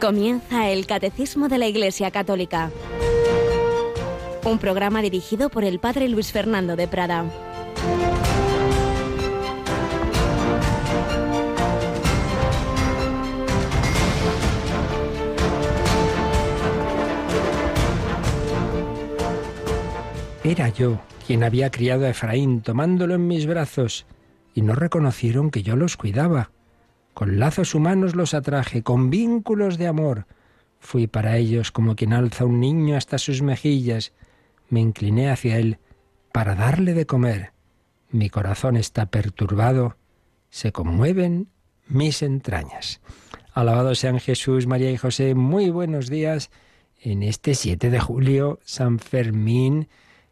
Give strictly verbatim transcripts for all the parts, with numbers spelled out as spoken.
Comienza el Catecismo de la Iglesia Católica, un programa dirigido por el Padre Luis Fernando de Prada. Era yo quien había criado a Efraín tomándolo en mis brazos, y no reconocieron que yo los cuidaba. Con lazos humanos los atraje, con vínculos de amor. Fui para ellos como quien alza un niño hasta sus mejillas. Me incliné hacia él para darle de comer. Mi corazón está perturbado, se conmueven mis entrañas. Alabados sean Jesús, María y José. Muy buenos días en este siete de julio, San Fermín.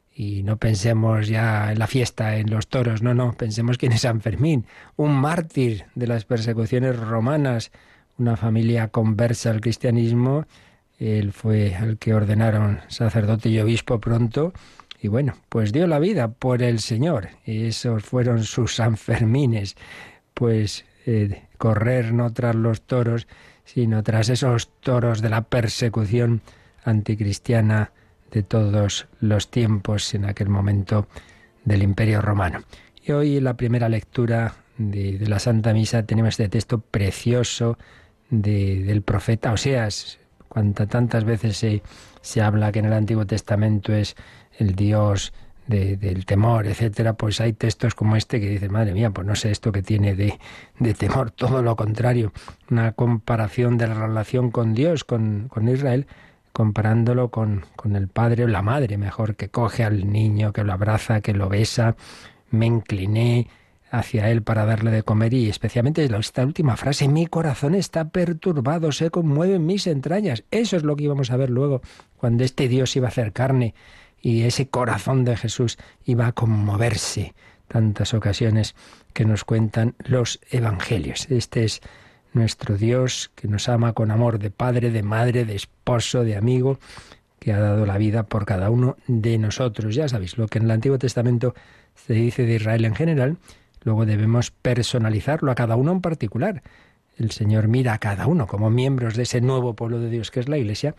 Y no pensemos ya en la fiesta, en los toros, no, no, pensemos quién es San Fermín, un mártir de las persecuciones romanas, una familia conversa al cristianismo. Él fue el que ordenaron sacerdote y obispo pronto, y bueno, pues dio la vida por el Señor, y esos fueron sus Sanfermines, pues eh, correr no tras los toros, sino tras esos toros de la persecución anticristiana de todos los tiempos en aquel momento del Imperio Romano. Y hoy en la primera lectura de, de la Santa Misa tenemos este texto precioso de, del profeta Oseas. Cuanta, tantas veces se, se habla que en el Antiguo Testamento es el Dios de, del temor, etcétera, pues hay textos como este que dicen, madre mía, pues no sé esto que tiene de, de temor, todo lo contrario, una comparación de la relación con Dios, con, con Israel, comparándolo con, con el padre o la madre, mejor, que coge al niño, que lo abraza, que lo besa. Me incliné hacia él para darle de comer, y especialmente esta última frase, mi corazón está perturbado, se conmueven mis entrañas. Eso es lo que íbamos a ver luego, cuando este Dios iba a hacer carne y ese corazón de Jesús iba a conmoverse. Tantas ocasiones que nos cuentan los evangelios. Este es nuestro Dios, que nos ama con amor de padre, de madre, de esposo, de amigo, que ha dado la vida por cada uno de nosotros. Ya sabéis, lo que en el Antiguo Testamento se dice de Israel en general, luego debemos personalizarlo a cada uno en particular. El Señor mira a cada uno como miembros de ese nuevo pueblo de Dios que es la Iglesia,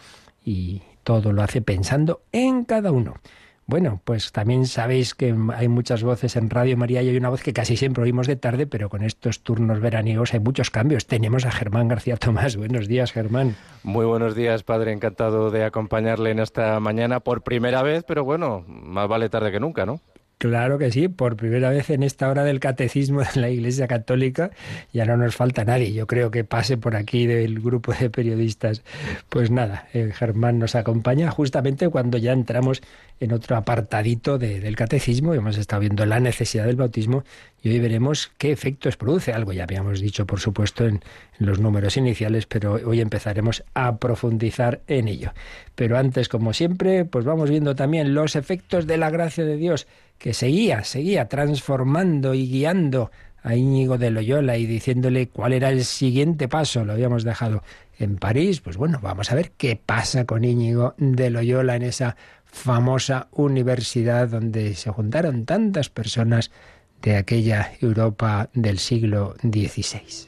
y todo lo hace pensando en cada uno. Bueno, pues también sabéis que hay muchas voces en Radio María y hay una voz que casi siempre oímos de tarde, pero con estos turnos veraniegos hay muchos cambios. Tenemos a Germán García Tomás. Buenos días, Germán. Muy buenos días, padre. Encantado de acompañarle en esta mañana por primera vez, pero bueno, más vale tarde que nunca, ¿no? Claro que sí, por primera vez en esta hora del Catecismo de la Iglesia Católica. Ya no nos falta nadie, yo creo que pase por aquí del grupo de periodistas. Pues nada, eh, Germán nos acompaña justamente cuando ya entramos en otro apartadito de, del Catecismo. Hemos estado viendo la necesidad del bautismo y hoy veremos qué efectos produce. Algo ya habíamos dicho, por supuesto, en, en los números iniciales, pero hoy empezaremos a profundizar en ello. Pero antes, como siempre, pues vamos viendo también los efectos de la gracia de Dios, que seguía, seguía transformando y guiando a Íñigo de Loyola y diciéndole cuál era el siguiente paso. Lo habíamos dejado en París. Pues bueno, vamos a ver qué pasa con Íñigo de Loyola en esa famosa universidad donde se juntaron tantas personas de aquella Europa del siglo dieciséis.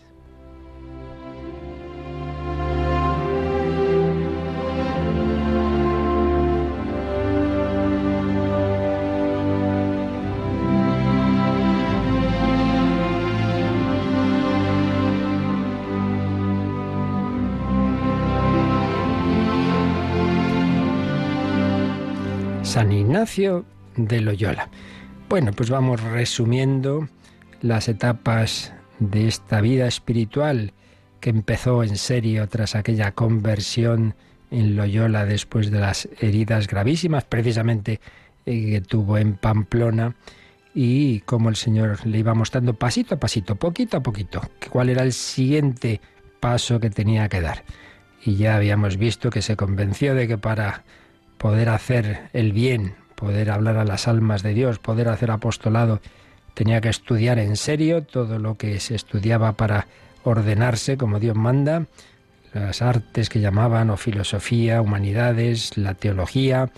San Ignacio de Loyola. Bueno, pues vamos resumiendo las etapas de esta vida espiritual que empezó en serio tras aquella conversión en Loyola después de las heridas gravísimas, precisamente eh, que tuvo en Pamplona, y cómo el Señor le iba mostrando pasito a pasito, poquito a poquito, cuál era el siguiente paso que tenía que dar. Y ya habíamos visto que se convenció de que para poder hacer el bien, poder hablar a las almas de Dios, poder hacer apostolado, tenía que estudiar en serio todo lo que se estudiaba para ordenarse como Dios manda, las artes que llamaban, o filosofía, humanidades, la teología,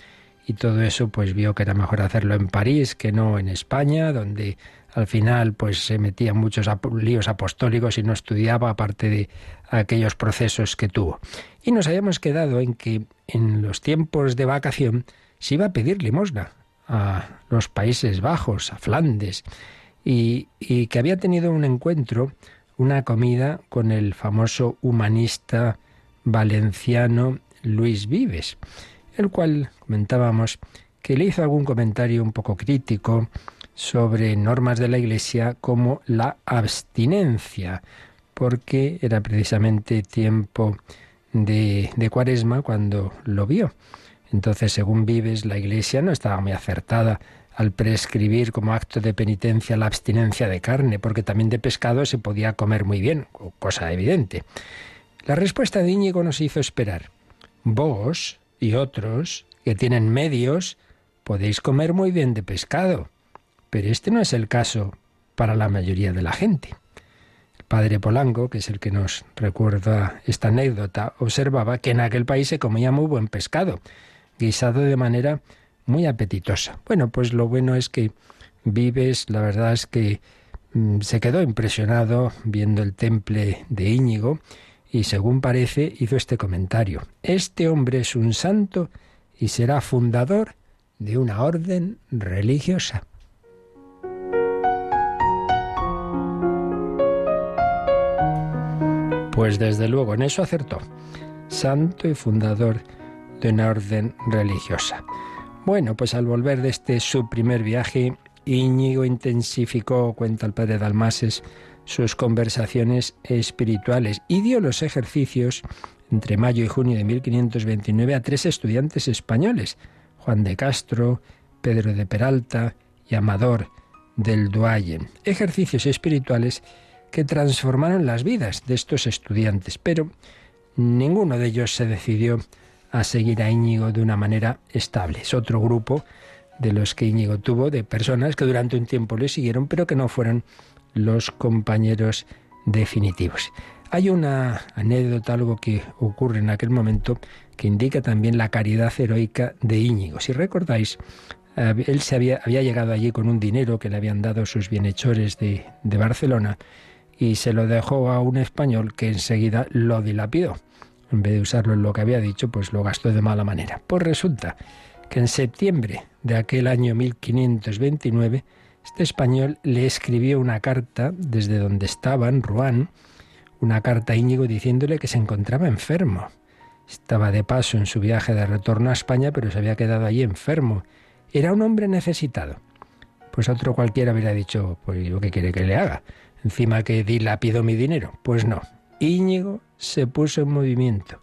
y todo eso pues vio que era mejor hacerlo en París que no en España, donde al final pues se metía en muchos líos apostólicos y no estudiaba, aparte de aquellos procesos que tuvo. Y nos habíamos quedado en que en los tiempos de vacación se iba a pedir limosna a los Países Bajos, a Flandes, y, y que había tenido un encuentro, una comida con el famoso humanista valenciano Luis Vives, el cual comentábamos que le hizo algún comentario un poco crítico sobre normas de la Iglesia como la abstinencia, porque era precisamente tiempo de, de Cuaresma cuando lo vio. Entonces, según Vives, la Iglesia no estaba muy acertada al prescribir como acto de penitencia la abstinencia de carne, porque también de pescado se podía comer muy bien, cosa evidente. La respuesta de Íñigo nos hizo esperar. Vos y otros que tienen medios podéis comer muy bien de pescado, pero este no es el caso para la mayoría de la gente. El padre Polanco, que es el que nos recuerda esta anécdota, observaba que en aquel país se comía muy buen pescado, guisado de manera muy apetitosa. Bueno, pues lo bueno es que Vives, la verdad es que mmm, se quedó impresionado viendo el temple de Íñigo y, según parece, hizo este comentario. Este hombre es un santo y será fundador de una orden religiosa. Pues desde luego, en eso acertó. Santo y fundador de una orden religiosa. Bueno, pues al volver de este su primer viaje, Íñigo intensificó, cuenta el padre Dalmases, sus conversaciones espirituales y dio los ejercicios entre mayo y junio de mil quinientos veintinueve a tres estudiantes españoles, Juan de Castro, Pedro de Peralta y Amador del Duayen. Ejercicios espirituales que transformaron las vidas de estos estudiantes, pero ninguno de ellos se decidió a seguir a Íñigo de una manera estable. Es otro grupo de los que Íñigo tuvo, de personas que durante un tiempo le siguieron, pero que no fueron los compañeros definitivos. Hay una anécdota, algo que ocurre en aquel momento, que indica también la caridad heroica de Íñigo. Si recordáis, él se había, había llegado allí con un dinero que le habían dado sus bienhechores de, de Barcelona y se lo dejó a un español que enseguida lo dilapidó. En vez de usarlo en lo que había dicho, pues lo gastó de mala manera. Pues resulta que en septiembre de aquel año mil quinientos veintinueve, este español le escribió una carta desde donde estaba, en Rouen, una carta a Íñigo diciéndole que se encontraba enfermo. Estaba de paso en su viaje de retorno a España, pero se había quedado allí enfermo. Era un hombre necesitado. Pues otro cualquiera hubiera dicho, pues yo qué quiere que le haga, encima que dilapidó mi dinero. Pues no, Íñigo se puso en movimiento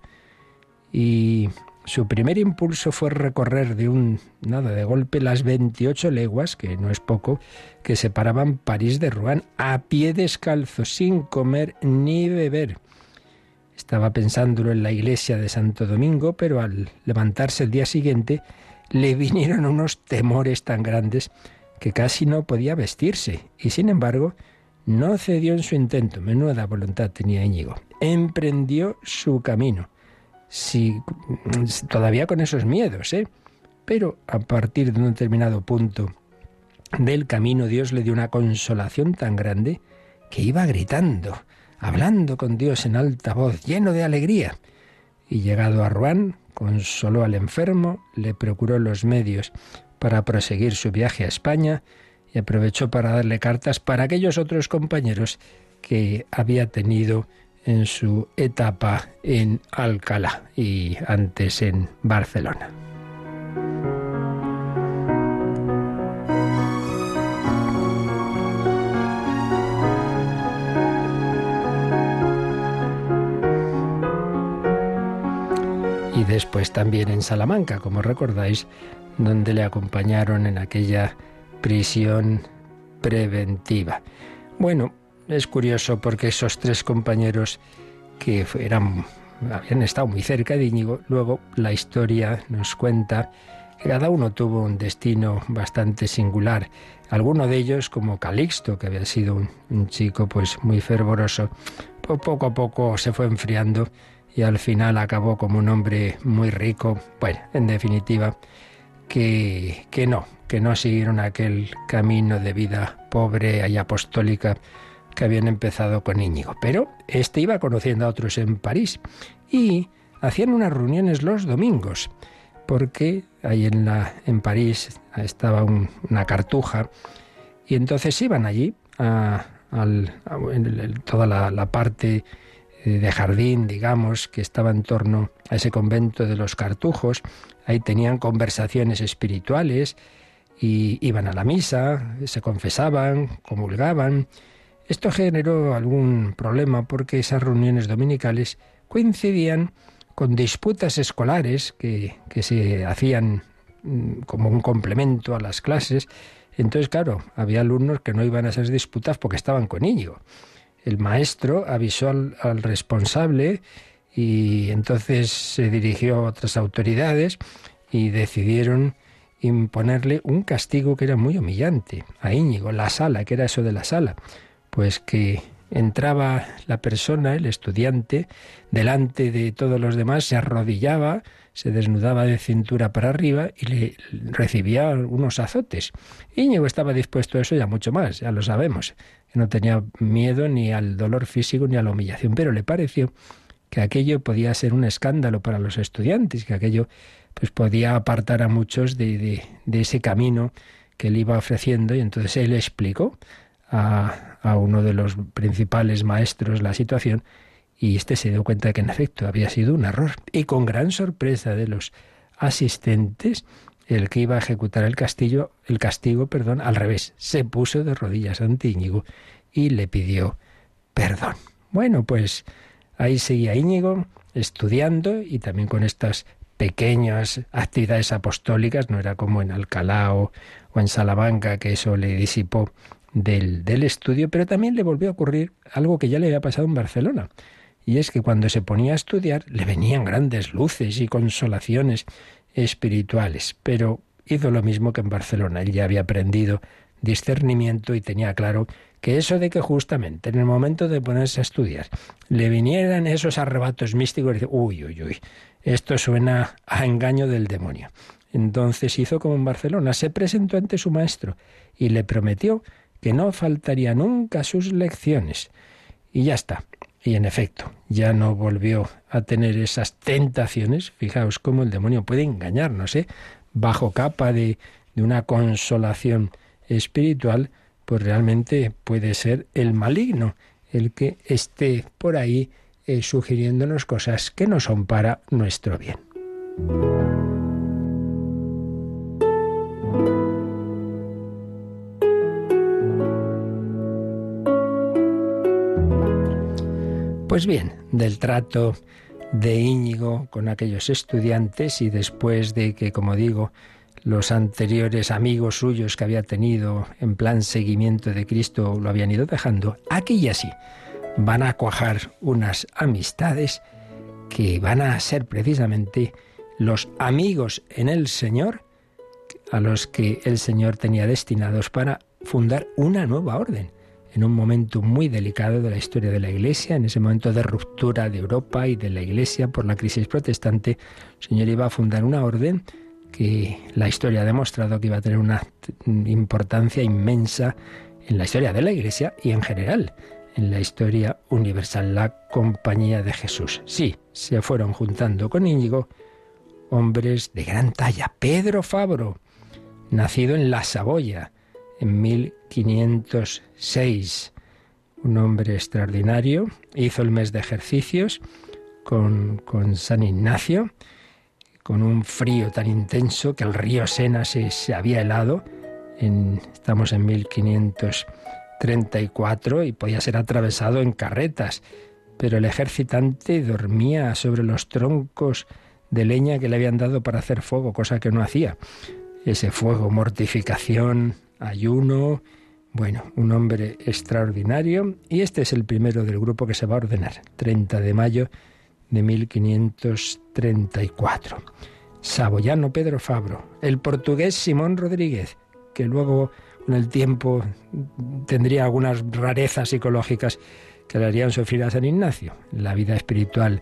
y su primer impulso fue recorrer de un nada de golpe las veintiocho leguas, que no es poco, que separaban París de Rouen, a pie descalzo, sin comer ni beber. Estaba pensándolo en la iglesia de Santo Domingo, pero al levantarse el día siguiente le vinieron unos temores tan grandes que casi no podía vestirse, y sin embargo no cedió en su intento. Menuda voluntad tenía Íñigo. Emprendió su camino. Sí, todavía con esos miedos, ¿eh? Pero a partir de un determinado punto del camino, Dios le dio una consolación tan grande que iba gritando, hablando con Dios en alta voz, lleno de alegría. Y llegado a Rouen, consoló al enfermo, le procuró los medios para proseguir su viaje a España y aprovechó para darle cartas para aquellos otros compañeros que había tenido en su etapa en Alcalá y antes en Barcelona. Y después también en Salamanca, como recordáis, donde le acompañaron en aquella prisión preventiva. Bueno, es curioso porque esos tres compañeros que eran, habían estado muy cerca de Íñigo, luego la historia nos cuenta que cada uno tuvo un destino bastante singular. Alguno de ellos, como Calixto, que había sido un, un chico pues muy fervoroso, pues poco a poco se fue enfriando y al final acabó como un hombre muy rico. Bueno, en definitiva, que, que no, que no siguieron aquel camino de vida pobre y apostólica que habían empezado con Íñigo. Pero este iba conociendo a otros en París y hacían unas reuniones los domingos, porque ahí en, la, en París estaba un, una cartuja, y entonces iban allí a, a, a en toda la, la parte de jardín, digamos, que estaba en torno a ese convento de los Cartujos. Ahí tenían conversaciones espirituales y iban a la misa, se confesaban, comulgaban. Esto generó algún problema porque esas reuniones dominicales coincidían con disputas escolares que, que se hacían como un complemento a las clases. Entonces, claro, había alumnos que no iban a esas disputas porque estaban con Íñigo. El maestro avisó al, al responsable y entonces se dirigió a otras autoridades y decidieron imponerle un castigo que era muy humillante a Íñigo. La sala, ¿qué era eso de la sala? Pues que entraba la persona, el estudiante, delante de todos los demás, se arrodillaba, se desnudaba de cintura para arriba y le recibía unos azotes. Íñigo estaba dispuesto a eso y a mucho más, ya lo sabemos, que no tenía miedo ni al dolor físico ni a la humillación, pero le pareció que aquello podía ser un escándalo para los estudiantes, que aquello pues podía apartar a muchos de, de, de ese camino que él iba ofreciendo, y entonces él explicó a, a uno de los principales maestros la situación, y este se dio cuenta de que en efecto había sido un error. Y con gran sorpresa de los asistentes, el que iba a ejecutar el castigo, el castigo, perdón, al revés, se puso de rodillas ante Íñigo y le pidió perdón. Bueno, pues ahí seguía Íñigo estudiando y también con estas pequeñas actividades apostólicas, no era como en Alcalá o, o en Salamanca, que eso le disipó del, del estudio, pero también le volvió a ocurrir algo que ya le había pasado en Barcelona. Y es que cuando se ponía a estudiar le venían grandes luces y consolaciones espirituales, pero hizo lo mismo que en Barcelona. Él ya había aprendido discernimiento y tenía claro que eso de que justamente en el momento de ponerse a estudiar le vinieran esos arrebatos místicos, y dice, uy, uy, uy, esto suena a engaño del demonio. Entonces hizo como en Barcelona, se presentó ante su maestro y le prometió que no faltaría nunca a sus lecciones. Y ya está. Y en efecto, ya no volvió a tener esas tentaciones. Fijaos cómo el demonio puede engañarnos, ¿eh? Bajo capa de, de una consolación espiritual, pues realmente puede ser el maligno el que esté por ahí eh, sugiriéndonos cosas que no son para nuestro bien. Pues bien, del trato de Íñigo con aquellos estudiantes y después de que, como digo, los anteriores amigos suyos que había tenido en plan seguimiento de Cristo lo habían ido dejando, aquí y así van a cuajar unas amistades que van a ser precisamente los amigos en el Señor a los que el Señor tenía destinados para fundar una nueva orden. En un momento muy delicado de la historia de la Iglesia, en ese momento de ruptura de Europa y de la Iglesia por la crisis protestante, el Señor iba a fundar una orden que la historia ha demostrado que iba a tener una importancia inmensa en la historia de la Iglesia y en general en la historia universal, la Compañía de Jesús. Sí, se fueron juntando con Íñigo hombres de gran talla. Pedro Fabro, nacido en La Saboya en mil quinientos seis, un hombre extraordinario, hizo el mes de ejercicios con, con San Ignacio, con un frío tan intenso que el río Sena se, se había helado, en, estamos en mil quinientos treinta y cuatro, y podía ser atravesado en carretas, pero el ejercitante dormía sobre los troncos de leña que le habían dado para hacer fuego, cosa que no hacía. Ese fuego, mortificación, ayuno. Bueno, un hombre extraordinario, y este es el primero del grupo que se va a ordenar, treinta de mayo de mil quinientos treinta y cuatro. Saboyano Pedro Fabro, el portugués Simón Rodríguez, que luego con el tiempo tendría algunas rarezas psicológicas que le harían sufrir a San Ignacio. La vida espiritual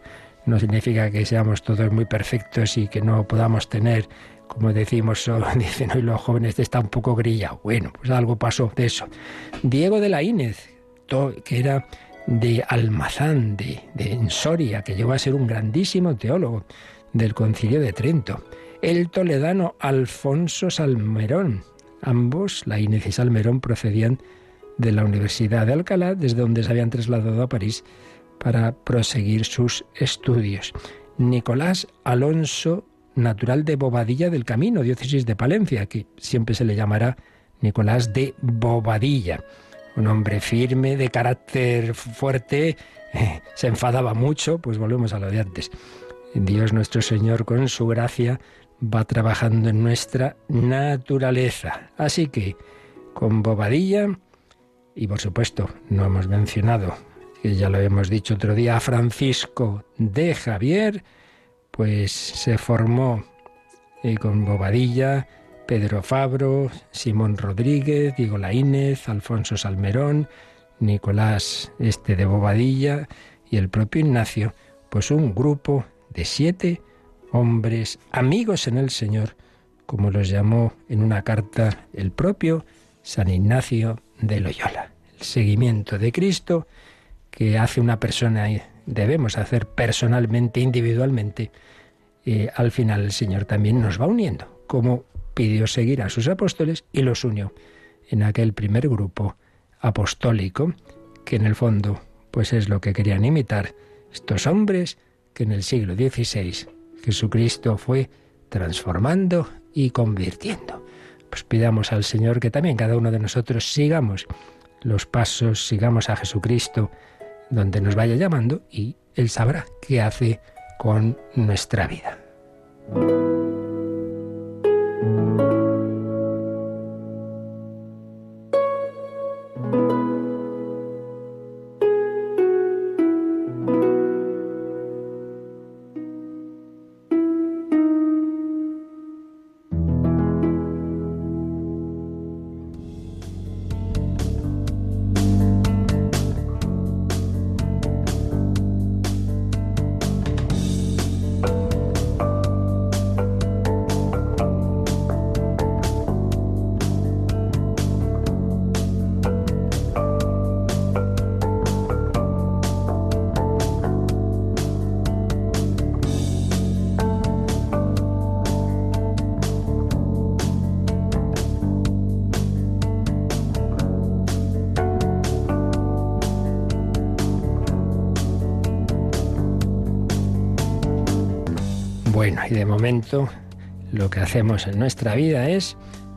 no significa que seamos todos muy perfectos y que no podamos tener, como decimos, o dicen hoy los jóvenes, está un poco grillado. Bueno, pues algo pasó de eso. Diego de Laínez, que era de Almazán, de, de en Soria, que llegó a ser un grandísimo teólogo del Concilio de Trento. El toledano Alfonso Salmerón. Ambos, Laínez y Salmerón, procedían de la Universidad de Alcalá, desde donde se habían trasladado a París para proseguir sus estudios. Nicolás Alonso, natural de Bobadilla del Camino, diócesis de Palencia, que siempre se le llamará Nicolás de Bobadilla. Un hombre firme, de carácter fuerte, eh, se enfadaba mucho, pues volvemos a lo de antes. Dios nuestro Señor, con su gracia, va trabajando en nuestra naturaleza. Así que, con Bobadilla, y por supuesto, no hemos mencionado, que ya lo hemos dicho otro día, a Francisco de Javier, pues se formó eh, con Bobadilla, Pedro Fabro, Simón Rodríguez, Diego Laínez, Alfonso Salmerón, Nicolás este de Bobadilla y el propio Ignacio, pues un grupo de siete hombres amigos en el Señor, como los llamó en una carta el propio San Ignacio de Loyola. El seguimiento de Cristo que hace una persona y debemos hacer personalmente, individualmente, eh, al final el Señor también nos va uniendo, como pidió seguir a sus apóstoles y los unió en aquel primer grupo apostólico, que en el fondo pues es lo que querían imitar estos hombres que en el siglo dieciséis Jesucristo fue transformando y convirtiendo. Pues pidamos al Señor que también cada uno de nosotros sigamos los pasos, sigamos a Jesucristo donde nos vaya llamando y Él sabrá qué hace con nuestra vida. Bueno, y de momento lo que hacemos en nuestra vida es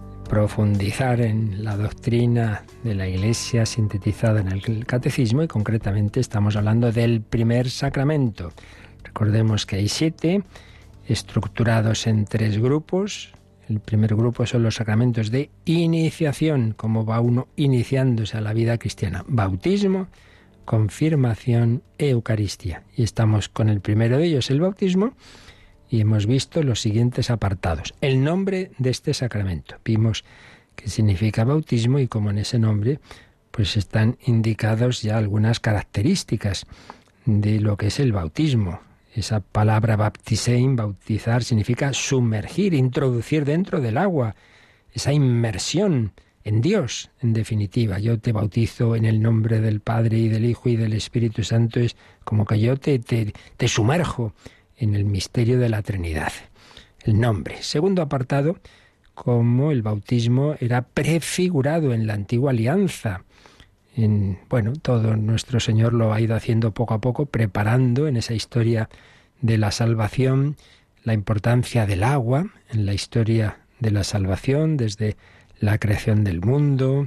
profundizar en la doctrina de la Iglesia sintetizada en el Catecismo y concretamente estamos hablando del primer sacramento. Recordemos que hay siete estructurados en tres grupos. El primer grupo son los sacramentos de iniciación, cómo va uno iniciándose a la vida cristiana. Bautismo, confirmación, Eucaristía. Y estamos con el primero de ellos, el bautismo, y hemos visto los siguientes apartados. El nombre de este sacramento. Vimos qué significa bautismo y cómo en ese nombre pues están indicados ya algunas características de lo que es el bautismo. Esa palabra baptisein, bautizar, significa sumergir, introducir dentro del agua. Esa inmersión en Dios, en definitiva. Yo te bautizo en el nombre del Padre y del Hijo y del Espíritu Santo. Es como que yo te, te, te sumerjo en el misterio de la Trinidad. El nombre. Segundo apartado, como el bautismo era prefigurado en la antigua alianza. En, bueno, todo nuestro Señor lo ha ido haciendo poco a poco, preparando en esa historia de la salvación, la importancia del agua, en la historia de la salvación, desde la creación del mundo,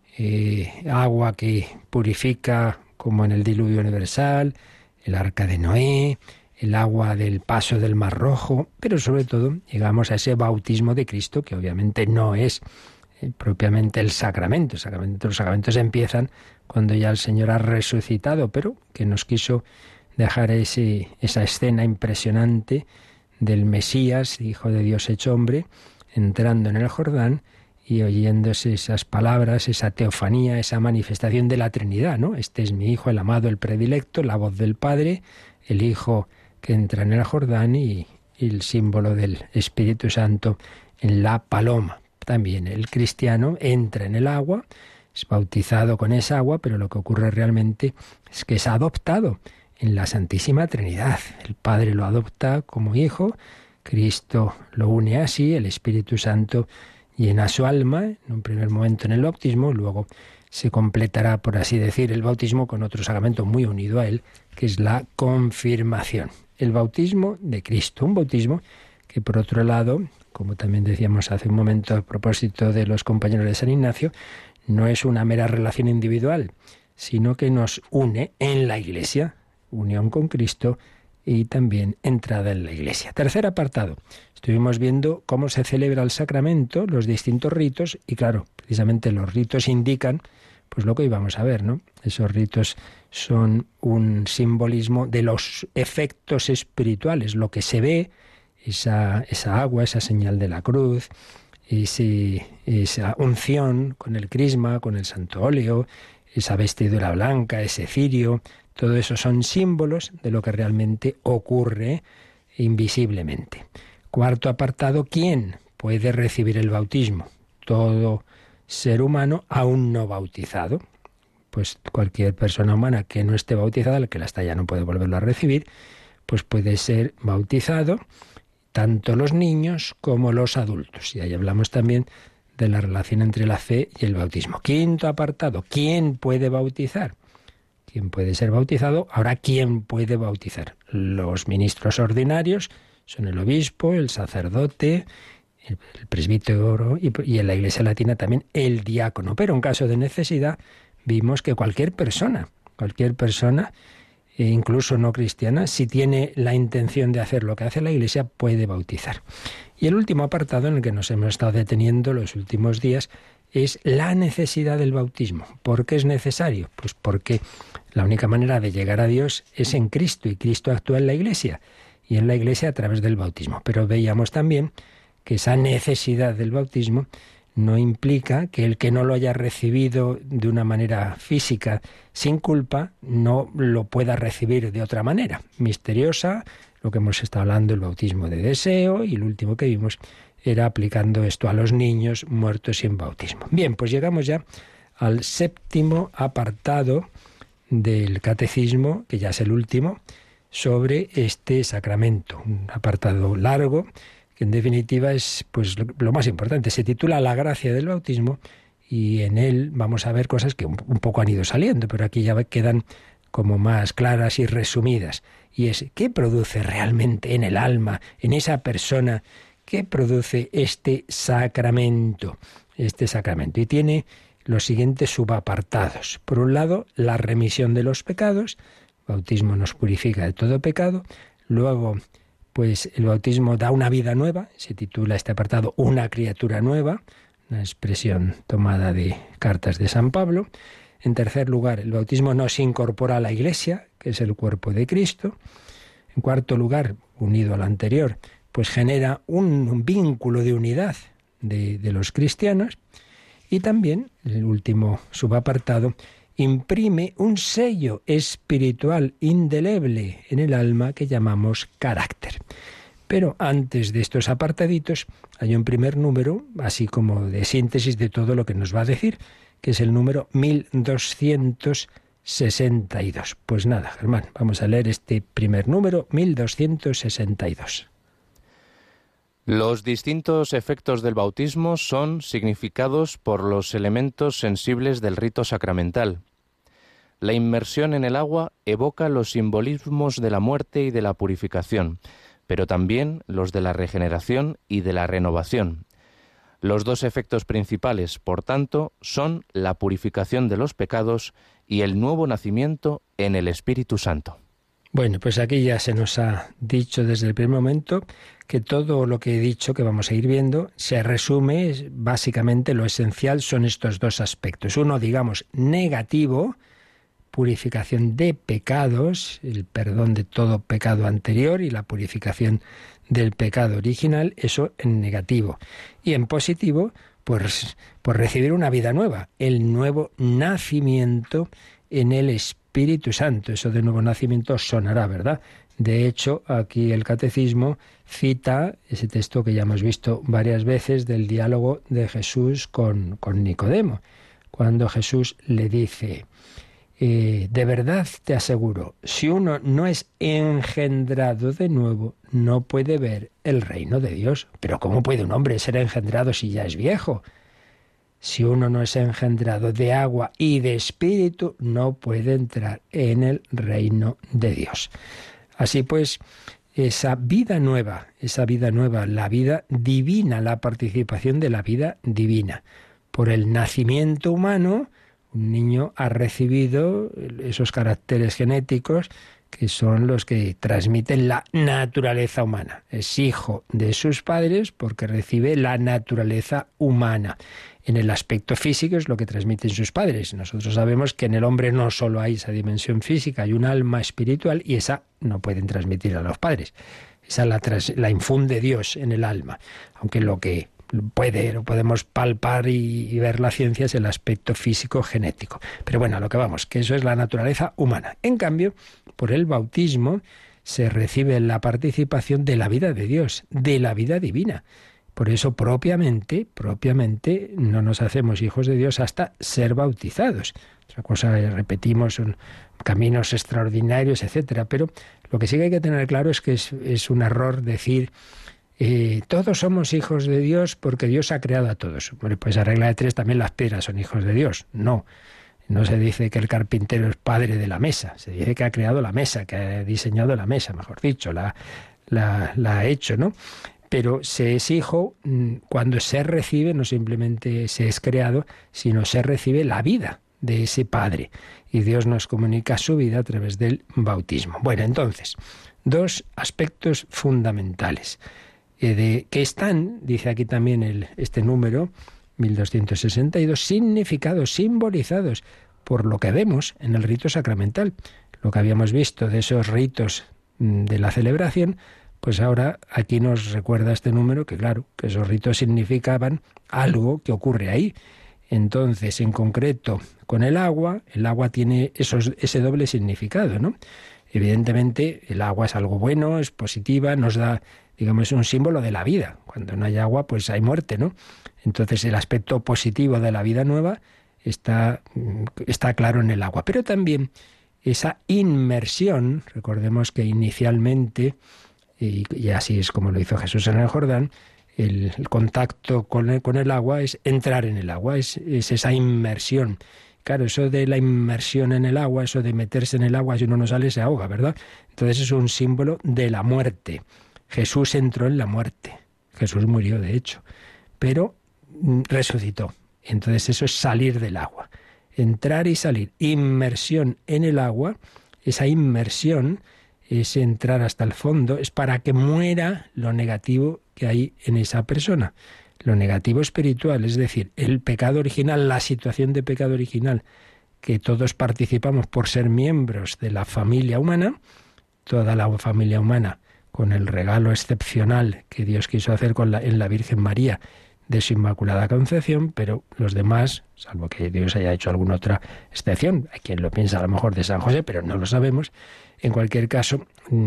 eh, agua que purifica como en el diluvio universal, el arca de Noé, el agua del paso del Mar Rojo, pero sobre todo llegamos a ese bautismo de Cristo, que obviamente no es eh, propiamente el sacramento. El sacramento. Los sacramentos empiezan cuando ya el Señor ha resucitado, pero que nos quiso dejar ese, esa escena impresionante del Mesías, Hijo de Dios hecho hombre, entrando en el Jordán y oyéndose esas palabras, esa teofanía, esa manifestación de la Trinidad, ¿no? Este es mi Hijo, el amado, el predilecto, la voz del Padre, el Hijo que entra en el Jordán y, y el símbolo del Espíritu Santo en la paloma. También el cristiano entra en el agua, es bautizado con esa agua, pero lo que ocurre realmente es que es adoptado en la Santísima Trinidad. El Padre lo adopta como hijo, Cristo lo une así, el Espíritu Santo llena su alma, en un primer momento en el bautismo, luego se completará, por así decir, el bautismo con otro sacramento muy unido a él, que es la confirmación. El bautismo de Cristo, un bautismo que por otro lado, como también decíamos hace un momento a propósito de los compañeros de San Ignacio, no es una mera relación individual, sino que nos une en la Iglesia, unión con Cristo y también entrada en la Iglesia. Tercer apartado. Estuvimos viendo cómo se celebra el sacramento, los distintos ritos, y claro, precisamente los ritos indican pues lo que íbamos a ver, ¿no? Esos ritos son un simbolismo de los efectos espirituales, lo que se ve, esa, esa agua, esa señal de la cruz, ese, esa unción con el crisma, con el santo óleo, esa vestidura blanca, ese cirio, todo eso son símbolos de lo que realmente ocurre invisiblemente. Cuarto apartado, ¿quién puede recibir el bautismo? Todo ser humano aún no bautizado. Pues cualquier persona humana que no esté bautizada, la que la está ya no puede volverlo a recibir, pues puede ser bautizado, tanto los niños como los adultos. Y ahí hablamos también de la relación entre la fe y el bautismo. Quinto apartado, ¿quién puede bautizar? ¿Quién puede ser bautizado? Ahora, ¿quién puede bautizar? Los ministros ordinarios son el obispo, el sacerdote, el, el presbítero y, y en la Iglesia Latina también el diácono. Pero en caso de necesidad vimos que cualquier persona, cualquier persona, e incluso no cristiana, si tiene la intención de hacer lo que hace la Iglesia, puede bautizar. Y el último apartado en el que nos hemos estado deteniendo los últimos días es la necesidad del bautismo. ¿Por qué es necesario? Pues porque la única manera de llegar a Dios es en Cristo, y Cristo actúa en la Iglesia, y en la Iglesia a través del bautismo. Pero veíamos también que esa necesidad del bautismo no implica que el que no lo haya recibido de una manera física, sin culpa, no lo pueda recibir de otra manera, misteriosa, lo que hemos estado hablando, el bautismo de deseo, y lo último que vimos era aplicando esto a los niños muertos sin bautismo. Bien, pues llegamos ya al séptimo apartado del catecismo, que ya es el último, sobre este sacramento. Un apartado largo, que en definitiva es pues lo más importante. Se titula La gracia del bautismo, y en él vamos a ver cosas que un, un poco han ido saliendo, pero aquí ya quedan como más claras y resumidas. Y es, ¿qué produce realmente en el alma, en esa persona? ¿Qué produce este sacramento? Este sacramento. Y tiene los siguientes subapartados. Por un lado, la remisión de los pecados. El bautismo nos purifica de todo pecado. Luego, pues el bautismo da una vida nueva. Se titula este apartado Una criatura nueva, una expresión tomada de cartas de San Pablo. En tercer lugar, el bautismo nos incorpora a la Iglesia, que es el cuerpo de Cristo. En cuarto lugar, unido al anterior, pues genera un, un vínculo de unidad de, de los cristianos. Y también, el último subapartado, imprime un sello espiritual indeleble en el alma que llamamos carácter. Pero antes de estos apartaditos hay un primer número, así como de síntesis de todo lo que nos va a decir, que es el número mil doscientos sesenta y dos. Pues nada, Germán, vamos a leer este primer número, mil doscientos sesenta y dos. Los distintos efectos del bautismo son significados por los elementos sensibles del rito sacramental. La inmersión en el agua evoca los simbolismos de la muerte y de la purificación, pero también los de la regeneración y de la renovación. Los dos efectos principales, por tanto, son la purificación de los pecados y el nuevo nacimiento en el Espíritu Santo. Bueno, pues aquí ya se nos ha dicho desde el primer momento que todo lo que he dicho, que vamos a ir viendo, se resume, básicamente lo esencial son estos dos aspectos. Uno, digamos, negativo, purificación de pecados, el perdón de todo pecado anterior y la purificación del pecado original, eso en negativo. Y en positivo, pues, pues recibir una vida nueva, el nuevo nacimiento en el Espíritu Santo. Eso de nuevo nacimiento sonará, ¿verdad?, De hecho, aquí el Catecismo cita ese texto que ya hemos visto varias veces del diálogo de Jesús con, con Nicodemo, cuando Jesús le dice, eh, de verdad te aseguro, si uno no es engendrado de nuevo, no puede ver el reino de Dios. Pero ¿cómo puede un hombre ser engendrado si ya es viejo? Si uno no es engendrado de agua y de espíritu, no puede entrar en el reino de Dios. Así pues, esa vida nueva, esa vida nueva, la vida divina, la participación de la vida divina. Por el nacimiento humano, un niño ha recibido esos caracteres genéticos que son los que transmiten la naturaleza humana. Es hijo de sus padres porque recibe la naturaleza humana. En el aspecto físico es lo que transmiten sus padres. Nosotros sabemos que en el hombre no solo hay esa dimensión física, hay un alma espiritual y esa no pueden transmitir a los padres. Esa la, tras, la infunde Dios en el alma, aunque lo que puede, lo podemos palpar y, y ver la ciencia es el aspecto físico genético. Pero bueno, a lo que vamos, que eso es la naturaleza humana. En cambio, por el bautismo se recibe la participación de la vida de Dios, de la vida divina. Por eso propiamente, propiamente no nos hacemos hijos de Dios hasta ser bautizados. Otra cosa, repetimos, son caminos extraordinarios, etcétera. Pero lo que sí que hay que tener claro es que es, es un error decir eh, todos somos hijos de Dios porque Dios ha creado a todos. Bueno, pues a regla de tres también las piedras son hijos de Dios. No, no se dice que el carpintero es padre de la mesa. Se dice que ha creado la mesa, que ha diseñado la mesa, mejor dicho, la, la, la ha hecho, ¿no? Pero se es hijo cuando se recibe, no simplemente se es creado, sino se recibe la vida de ese Padre. Y Dios nos comunica su vida a través del bautismo. Bueno, entonces, dos aspectos fundamentales eh, de, que están, dice aquí también el, este número, mil doscientos sesenta y dos, significados, simbolizados por lo que vemos en el rito sacramental. Lo que habíamos visto de esos ritos de la celebración, pues ahora aquí nos recuerda este número que claro, que esos ritos significaban algo que ocurre ahí. Entonces, en concreto, con el agua, el agua tiene esos, ese doble significado, ¿no? Evidentemente, el agua es algo bueno, es positiva, nos da, digamos, es un símbolo de la vida. Cuando no hay agua, pues hay muerte, ¿no? Entonces, el aspecto positivo de la vida nueva está, está claro en el agua. Pero también esa inmersión, recordemos que inicialmente, y, y así es como lo hizo Jesús en el Jordán, el, el contacto con el, con el agua es entrar en el agua, es, es esa inmersión. Claro, eso de la inmersión en el agua, eso de meterse en el agua, si uno no sale se ahoga, ¿verdad? Entonces es un símbolo de la muerte. Jesús entró en la muerte. Jesús murió, de hecho, pero resucitó. Entonces eso es salir del agua. Entrar y salir. Inmersión en el agua, esa inmersión es entrar hasta el fondo, es para que muera lo negativo que hay en esa persona. Lo negativo espiritual, es decir, el pecado original, la situación de pecado original, que todos participamos por ser miembros de la familia humana, toda la familia humana, con el regalo excepcional que Dios quiso hacer con la, en la Virgen María de su Inmaculada Concepción, pero los demás, salvo que Dios haya hecho alguna otra excepción, hay quien lo piensa a lo mejor de San José, pero no lo sabemos. En cualquier caso,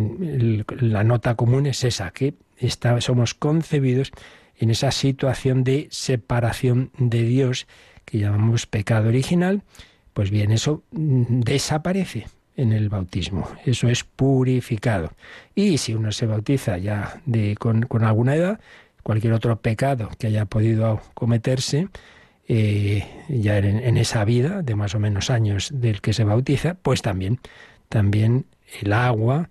el, la nota común es esa, que está, somos concebidos en esa situación de separación de Dios que llamamos pecado original. Pues bien, eso desaparece en el bautismo, eso es purificado. Y si uno se bautiza ya de, con, con alguna edad, cualquier otro pecado que haya podido cometerse, eh, ya en, en esa vida de más o menos años del que se bautiza, pues también, también el agua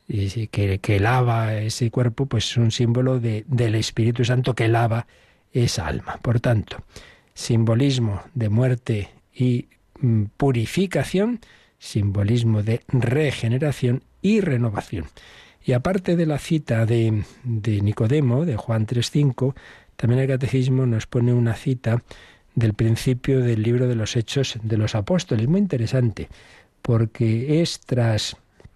y que, que lava ese cuerpo, pues es un símbolo de, del Espíritu Santo que lava esa alma. Por tanto, simbolismo de muerte y mm, purificación, simbolismo de regeneración y renovación. Y aparte de la cita de, de Nicodemo, de Juan tres cinco, también el Catecismo nos pone una cita del principio del libro de los Hechos de los Apóstoles, muy interesante, porque es tras,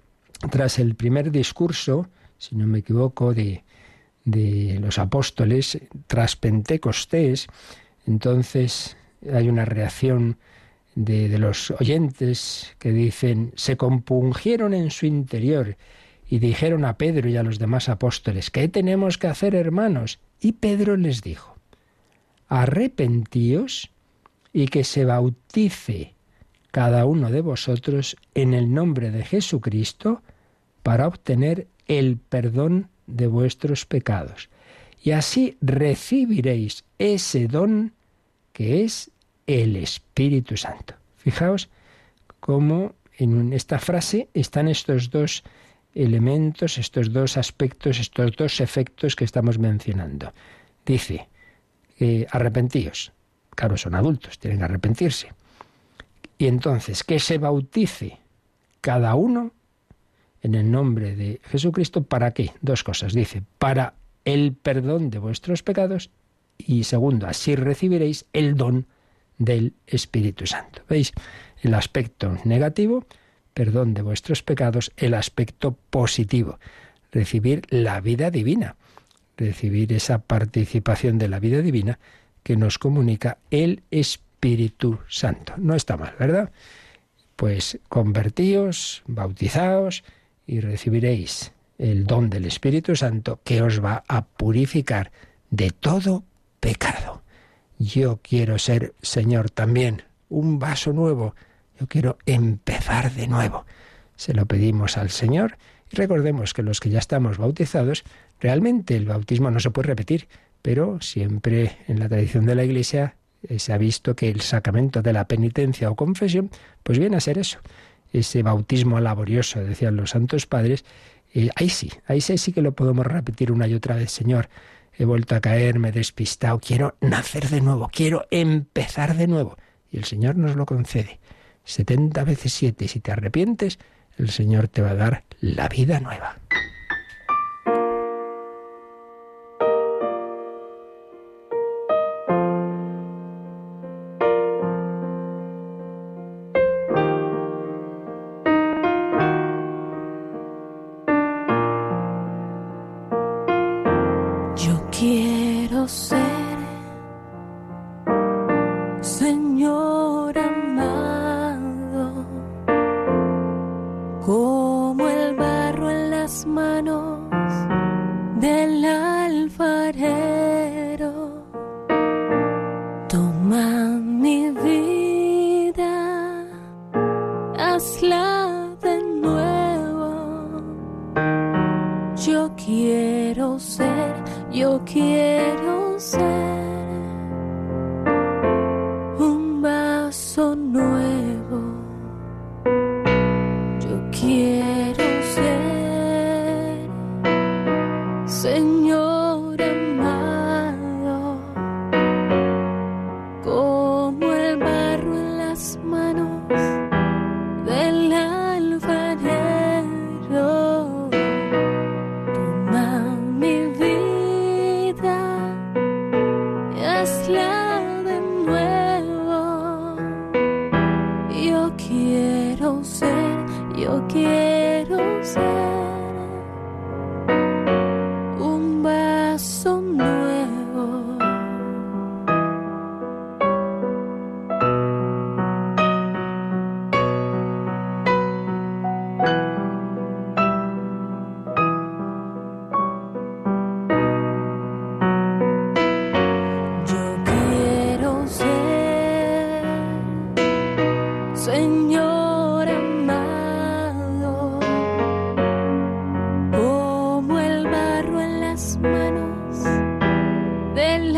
tras el primer discurso, si no me equivoco, de, de los apóstoles, tras Pentecostés, entonces hay una reacción de, de los oyentes que dicen, se compungieron en su interior y dijeron a Pedro y a los demás apóstoles: ¿qué tenemos que hacer, hermanos? Y Pedro les dijo: arrepentíos y que se bautice cada uno de vosotros en el nombre de Jesucristo para obtener el perdón de vuestros pecados. Y así recibiréis ese don que es el Espíritu Santo. Fijaos cómo en esta frase están estos dos elementos, estos dos aspectos, estos dos efectos que estamos mencionando. Dice, eh, arrepentíos. Claro, son adultos, tienen que arrepentirse. Y entonces, que se bautice cada uno en el nombre de Jesucristo. ¿Para qué? Dos cosas. Dice, para el perdón de vuestros pecados, y segundo, así recibiréis el don del Espíritu Santo. ¿Veis? El aspecto negativo, perdón de vuestros pecados; el aspecto positivo, recibir la vida divina, recibir esa participación de la vida divina que nos comunica el Espíritu Santo. No está mal, ¿verdad? Pues convertíos, bautizaos y recibiréis el don del Espíritu Santo, que os va a purificar de todo pecado. Yo quiero ser, Señor, también un vaso nuevo. Yo quiero empezar de nuevo. Se lo pedimos al Señor y recordemos que los que ya estamos bautizados, realmente el bautismo no se puede repetir, pero siempre en la tradición de la Iglesia eh, se ha visto que el sacramento de la penitencia o confesión pues viene a ser eso, ese bautismo laborioso, decían los santos padres. Eh, ahí sí, ahí sí, sí que lo podemos repetir una y otra vez. Señor, he vuelto a caer, me he despistado, quiero nacer de nuevo, quiero empezar de nuevo. Y el Señor nos lo concede. setenta veces siete, y si te arrepientes, el Señor te va a dar la vida nueva. Yo quiero ser, Señor amado, como el barro en las manos del alfarero. Toma mi vida, hazla de nuevo. Yo quiero ser, yo quiero ser un vaso nuevo. Yo quiero ser, Señor amado, como el barro en las manos del alfarero. Toma mi vida y hazla de nuevo. Yo quiero ser, yo quiero ser un vaso nuevo. Yo quiero ser, Señor amado, como el barro en las manos del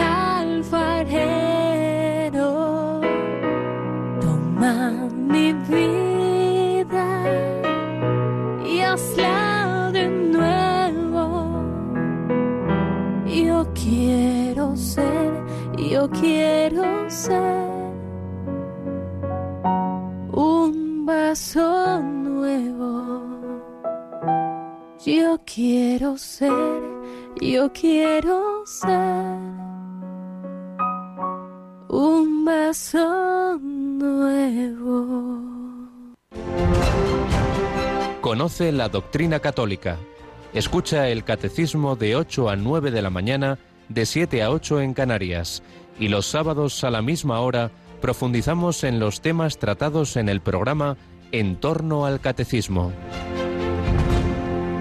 alfarero. Toma mi vida y hazla de nuevo. Yo quiero ser, yo quiero ser un vaso nuevo. Yo quiero ser, yo quiero ser un vaso nuevo. Conoce la doctrina católica. Escucha el catecismo de ocho a nueve de la mañana, de siete a ocho en Canarias. Y los sábados a la misma hora profundizamos en los temas tratados en el programa En torno al Catecismo.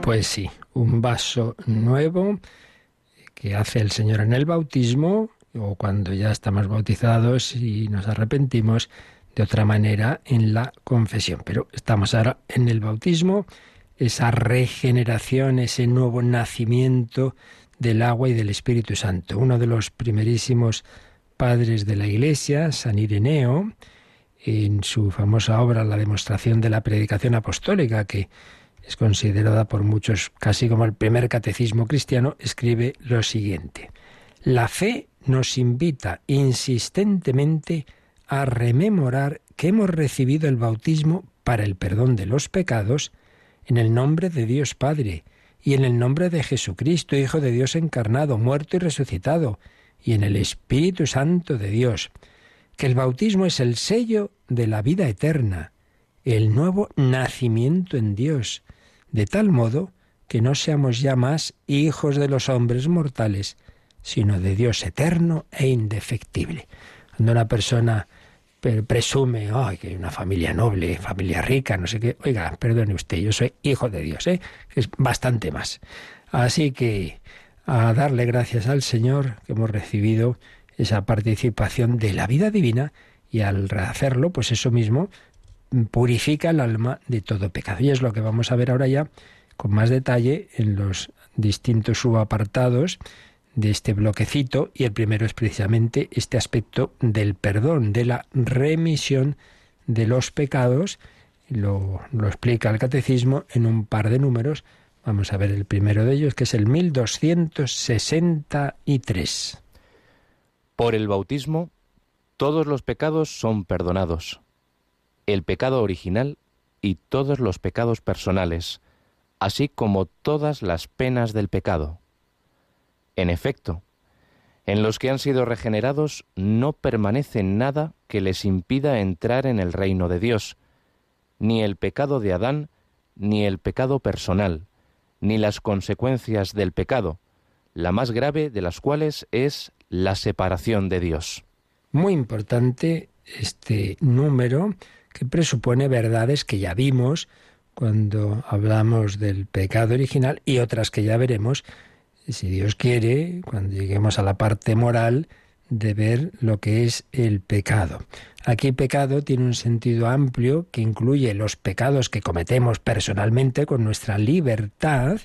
Pues sí, un vaso nuevo que hace el Señor en el bautismo, o cuando ya estamos bautizados y nos arrepentimos, de otra manera en la confesión. Pero estamos ahora en el bautismo, esa regeneración, ese nuevo nacimiento del agua y del Espíritu Santo. Uno de los primerísimos padres de la Iglesia, San Ireneo, en su famosa obra La demostración de la predicación apostólica, que es considerada por muchos casi como el primer catecismo cristiano, escribe lo siguiente: la fe nos invita insistentemente a rememorar que hemos recibido el bautismo para el perdón de los pecados en el nombre de Dios Padre y en el nombre de Jesucristo, Hijo de Dios encarnado, muerto y resucitado, y en el Espíritu Santo de Dios, que el bautismo es el sello de la vida eterna, el nuevo nacimiento en Dios, de tal modo que no seamos ya más hijos de los hombres mortales, sino de Dios eterno e indefectible. Cuando una persona presume, ay, que hay una familia noble, familia rica, no sé qué, oiga, perdone usted, yo soy hijo de Dios, ¿eh? Que es bastante más. Así que a darle gracias al Señor que hemos recibido esa participación de la vida divina, y al hacerlo, pues eso mismo purifica el alma de todo pecado. Y es lo que vamos a ver ahora ya con más detalle en los distintos subapartados de este bloquecito, y el primero es precisamente este aspecto del perdón, de la remisión de los pecados. Lo, lo explica el Catecismo en un par de números. Vamos a ver el primero de ellos, que es el mil doscientos sesenta y tres. Por el bautismo, todos los pecados son perdonados, el pecado original y todos los pecados personales, así como todas las penas del pecado. En efecto, en los que han sido regenerados no permanece nada que les impida entrar en el reino de Dios, ni el pecado de Adán, ni el pecado personal, ni las consecuencias del pecado, la más grave de las cuales es la separación de Dios. Muy importante este número, que presupone verdades que ya vimos cuando hablamos del pecado original, y otras que ya veremos, si Dios quiere, cuando lleguemos a la parte moral, de ver lo que es el pecado. Aquí pecado tiene un sentido amplio que incluye los pecados que cometemos personalmente con nuestra libertad,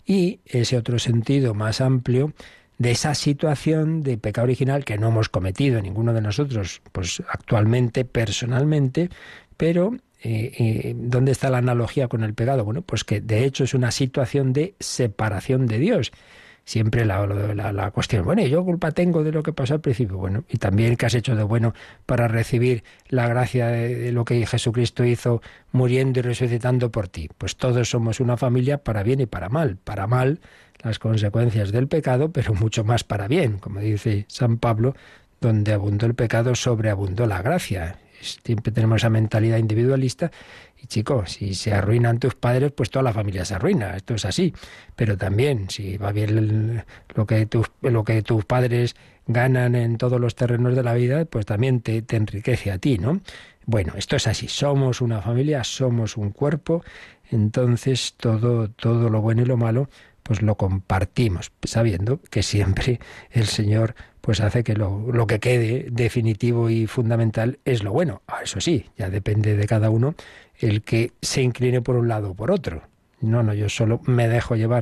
y ese otro sentido más amplio de esa situación de pecado original que no hemos cometido ninguno de nosotros, pues actualmente, personalmente, pero eh, eh, ¿dónde está la analogía con el pecado? Bueno, pues que de hecho es una situación de separación de Dios. Siempre la, la, la cuestión, bueno, ¿yo culpa tengo de lo que pasó al principio? Bueno, y también ¿qué has hecho de bueno para recibir la gracia de, de lo que Jesucristo hizo muriendo y resucitando por ti? Pues todos somos una familia para bien y para mal. Para mal, las consecuencias del pecado, pero mucho más para bien. Como dice San Pablo, donde abundó el pecado, sobreabundó la gracia. Siempre tenemos esa mentalidad individualista. Y chicos, si se arruinan tus padres, pues toda la familia se arruina. Esto es así. Pero también, si va bien el, lo, que tus, lo que tus padres ganan en todos los terrenos de la vida, pues también te, te enriquece a ti, ¿no? Bueno, esto es así. Somos una familia, somos un cuerpo. Entonces todo, todo lo bueno y lo malo, pues lo compartimos, sabiendo que siempre el Señor pues hace que lo, lo que quede definitivo y fundamental es lo bueno. Ah, eso sí, ya depende de cada uno el que se incline por un lado o por otro. No, no, yo solo me dejo llevar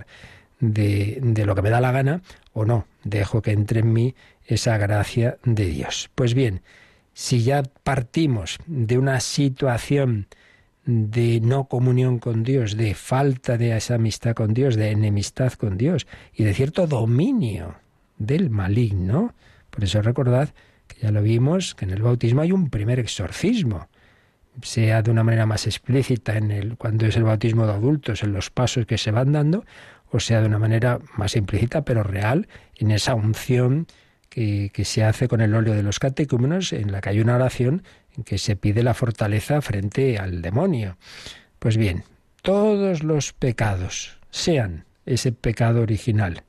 de, de lo que me da la gana, o no, dejo que entre en mí esa gracia de Dios. Pues bien, si ya partimos de una situación de no comunión con Dios, de falta de esa amistad con Dios, de enemistad con Dios y de cierto dominio del maligno, por eso recordad que ya lo vimos, que en el bautismo hay un primer exorcismo, sea de una manera más explícita en el cuando es el bautismo de adultos, en los pasos que se van dando, o sea de una manera más implícita pero real, en esa unción que, que se hace con el óleo de los catecúmenos, en la que hay una oración en que se pide la fortaleza frente al demonio. Pues bien, todos los pecados, sean ese pecado original,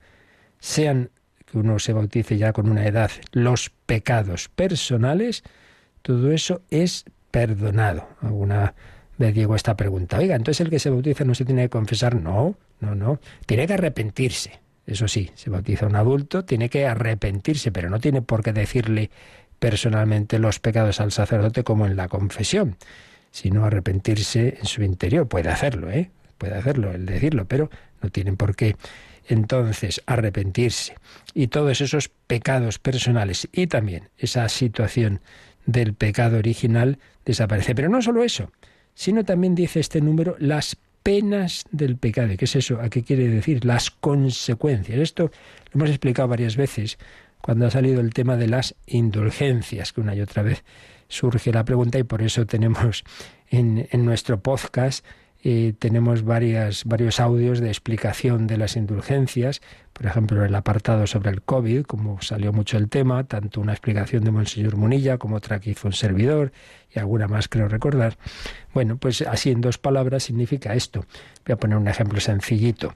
sean que uno se bautice ya con una edad, los pecados personales, todo eso es perdonado. Alguna vez llegó esta pregunta, oiga, entonces el que se bautiza no se tiene que confesar. No, no, no. Tiene que arrepentirse. Eso sí, se bautiza un adulto, tiene que arrepentirse, pero no tiene por qué decirle personalmente los pecados al sacerdote como en la confesión, sino arrepentirse en su interior. Puede hacerlo, ¿eh? Puede hacerlo, el decirlo, pero no tienen por qué. Entonces, arrepentirse. Y todos esos pecados personales y también esa situación del pecado original desaparece. Pero no solo eso, sino también dice este número las penas del pecado. ¿Y qué es eso? ¿A qué quiere decir? Las consecuencias. Esto lo hemos explicado varias veces cuando ha salido el tema de las indulgencias, que una y otra vez surge la pregunta y por eso tenemos en, en nuestro podcast eh, tenemos varias, varios audios de explicación de las indulgencias. Por ejemplo, el apartado sobre el COVID, como salió mucho el tema, tanto una explicación de Monseñor Munilla como otra que hizo un servidor y alguna más creo recordar. Bueno, pues así en dos palabras significa esto. Voy a poner un ejemplo sencillito.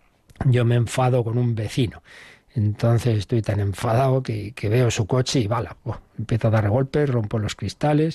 Yo me enfado con un vecino. Entonces estoy tan enfadado que, que veo su coche y bala. Oh, empiezo a dar golpes, rompo los cristales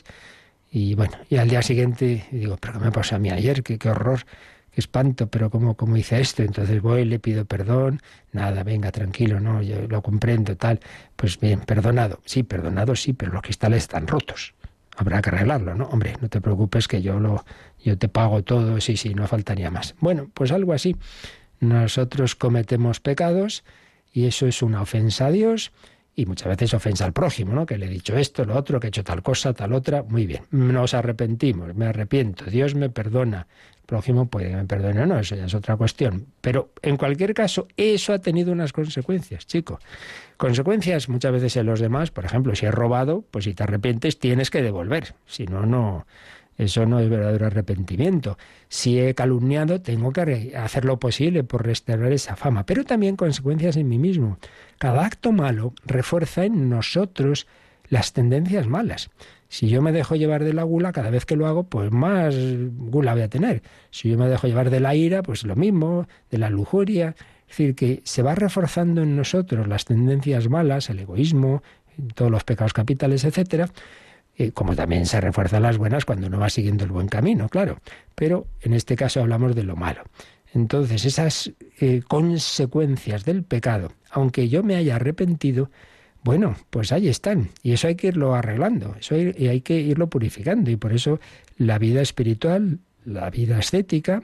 y bueno, y al día siguiente digo, ¿pero qué me pasó a mí ayer? Qué, qué horror, qué espanto, pero ¿cómo, cómo hice esto? Entonces voy, le pido perdón, nada, venga, tranquilo, no, yo lo comprendo, tal. Pues bien, perdonado. Sí, perdonado sí, pero los cristales están rotos. Habrá que arreglarlo, ¿no? Hombre, no te preocupes que yo lo, yo te pago todo, sí, sí, no faltaría más. Bueno, pues algo así. Nosotros cometemos pecados y eso es una ofensa a Dios y muchas veces ofensa al prójimo, ¿no? Que le he dicho esto, lo otro, que he hecho tal cosa, tal otra. Muy bien, nos arrepentimos, me arrepiento, Dios me perdona. El prójimo puede que me perdone o no, eso ya es otra cuestión. Pero en cualquier caso, eso ha tenido unas consecuencias, chico. Consecuencias muchas veces en los demás, por ejemplo, si he robado, pues si te arrepientes tienes que devolver, si no, no... Eso no es verdadero arrepentimiento. Si he calumniado, tengo que hacer lo posible por restaurar esa fama. Pero también consecuencias en mí mismo. Cada acto malo refuerza en nosotros las tendencias malas. Si yo me dejo llevar de la gula, cada vez que lo hago, pues más gula voy a tener. Si yo me dejo llevar de la ira, pues lo mismo, de la lujuria. Es decir, que se va reforzando en nosotros las tendencias malas, el egoísmo, todos los pecados capitales, etcétera. Eh, como también se refuerzan las buenas cuando uno va siguiendo el buen camino, claro. Pero en este caso hablamos de lo malo. Entonces, esas eh, consecuencias del pecado, aunque yo me haya arrepentido, bueno, pues ahí están. Y eso hay que irlo arreglando, eso hay, y hay que irlo purificando. Y por eso la vida espiritual, la vida ascética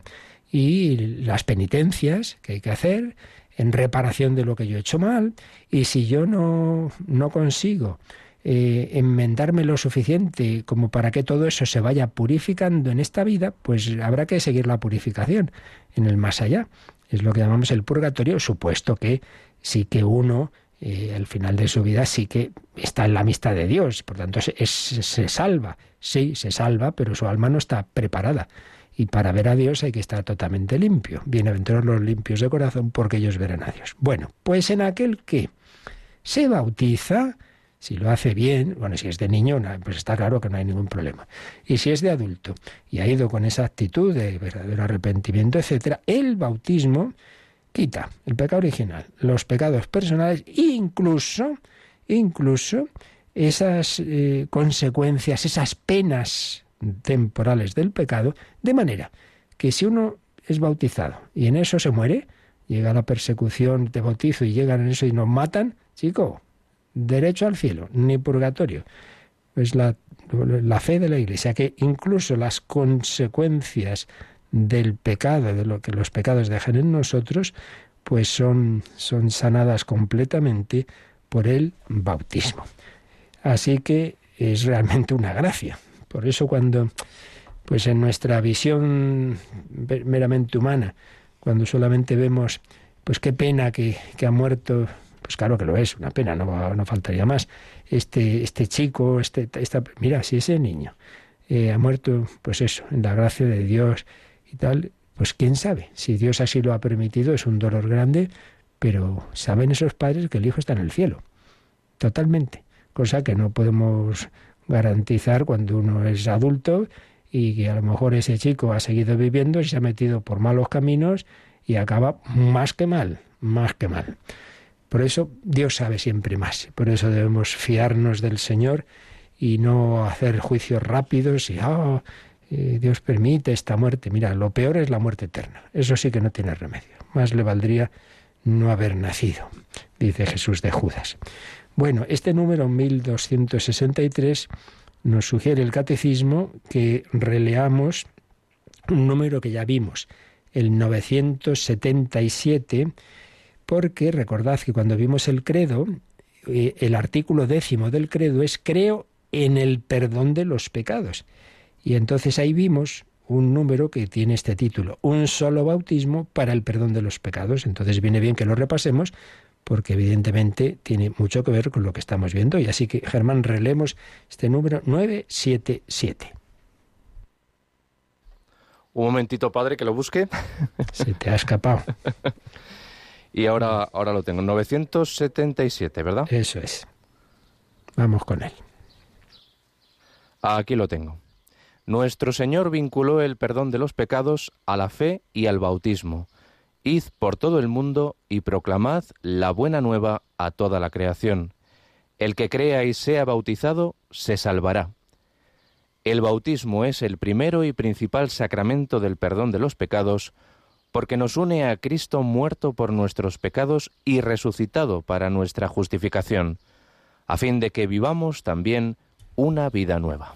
y las penitencias que hay que hacer en reparación de lo que yo he hecho mal. Y si yo no, no consigo Eh, enmendarme lo suficiente como para que todo eso se vaya purificando en esta vida, pues habrá que seguir la purificación en el más allá. Es lo que llamamos el purgatorio, supuesto que sí que uno, eh, al final de su vida, sí que está en la amistad de Dios, por tanto es, es, se salva, sí, se salva, pero su alma no está preparada. Y para ver a Dios hay que estar totalmente limpio. Bienaventurados los limpios de corazón, porque ellos verán a Dios. Bueno, pues en aquel que se bautiza, si lo hace bien, bueno, si es de niño, pues está claro que no hay ningún problema. Y si es de adulto y ha ido con esa actitud de verdadero arrepentimiento, etcétera, el bautismo quita el pecado original, los pecados personales, incluso, incluso esas eh, consecuencias, esas penas temporales del pecado, de manera que si uno es bautizado y en eso se muere, llega la persecución de bautizo y llegan en eso y nos matan, chico, derecho al cielo, ni purgatorio. Es la, la fe de la Iglesia, que incluso las consecuencias del pecado, de lo que los pecados dejan en nosotros, pues son, son sanadas completamente por el bautismo. Así que es realmente una gracia. Por eso cuando, pues en nuestra visión meramente humana, cuando solamente vemos, pues qué pena que, que ha muerto, pues claro que lo es, una pena, no, no faltaría más. Este, este chico, este, esta, mira, si ese niño eh, ha muerto, pues eso, en la gracia de Dios y tal, pues quién sabe, si Dios así lo ha permitido, es un dolor grande, pero saben esos padres que el hijo está en el cielo, totalmente, cosa que no podemos garantizar cuando uno es adulto y que a lo mejor ese chico ha seguido viviendo y se ha metido por malos caminos y acaba más que mal, más que mal. Por eso Dios sabe siempre más. Por eso debemos fiarnos del Señor y no hacer juicios rápidos y, oh, eh, Dios permite esta muerte. Mira, lo peor es la muerte eterna. Eso sí que no tiene remedio. Más le valdría no haber nacido, dice Jesús de Judas. Bueno, este número mil doscientos sesenta y tres nos sugiere el Catecismo que releamos un número que ya vimos, el novecientos setenta y siete, porque recordad que cuando vimos el credo, eh, el artículo décimo del credo es creo en el perdón de los pecados. Y entonces ahí vimos un número que tiene este título, un solo bautismo para el perdón de los pecados. Entonces viene bien que lo repasemos, porque evidentemente tiene mucho que ver con lo que estamos viendo. Y así que, Germán, relemos este número novecientos setenta y siete. Un momentito, padre, que lo busque. Se te ha escapado. Y ahora, ahora lo tengo, novecientos setenta y siete, ¿verdad? Eso es. Vamos con él. Aquí lo tengo. Nuestro Señor vinculó el perdón de los pecados a la fe y al bautismo. Id por todo el mundo y proclamad la buena nueva a toda la creación. El que crea y sea bautizado se salvará. El bautismo es el primero y principal sacramento del perdón de los pecados, porque nos une a Cristo muerto por nuestros pecados y resucitado para nuestra justificación, a fin de que vivamos también una vida nueva.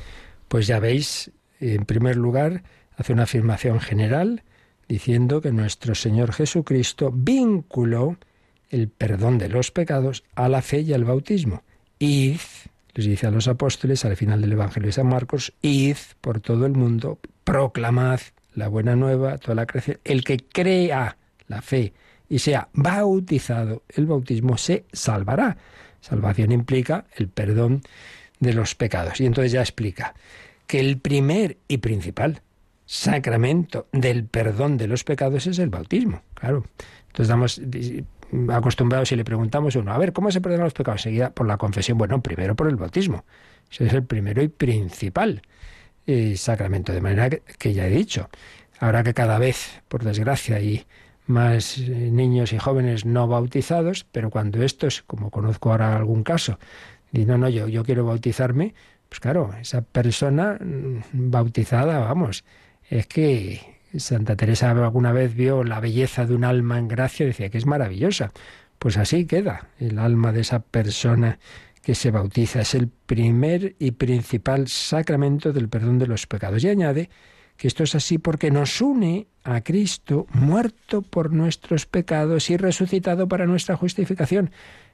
Pues ya veis, en primer lugar, hace una afirmación general diciendo que nuestro Señor Jesucristo vinculó el perdón de los pecados a la fe y al bautismo. Id, les dice a los apóstoles al final del Evangelio de San Marcos, id por todo el mundo, proclamad la buena nueva a toda la creación. El que crea la fe y sea bautizado, el bautismo se salvará. Salvación implica el perdón de los pecados. Y entonces ya explica que el primer y principal sacramento del perdón de los pecados es el bautismo. Claro. Entonces estamos acostumbrados y le preguntamos a uno, a ver, ¿cómo se perdonan los pecados? Seguida por la confesión. Bueno, primero por el bautismo. Ese es el primero y principal eh, sacramento. De manera que, que ya he dicho, ahora que cada vez, por desgracia, hay más eh, niños y jóvenes no bautizados, pero cuando estos, como conozco ahora algún caso, dicen, no, no, yo, yo quiero bautizarme, pues claro, esa persona bautizada, vamos, es que Santa Teresa alguna vez vio la belleza de un alma en gracia y decía que es maravillosa. Pues así queda el alma de esa persona que se bautiza. Es el primer y principal sacramento del perdón de los pecados. Y añade que esto es así porque nos une a Cristo, muerto por nuestros pecados y resucitado para nuestra justificación.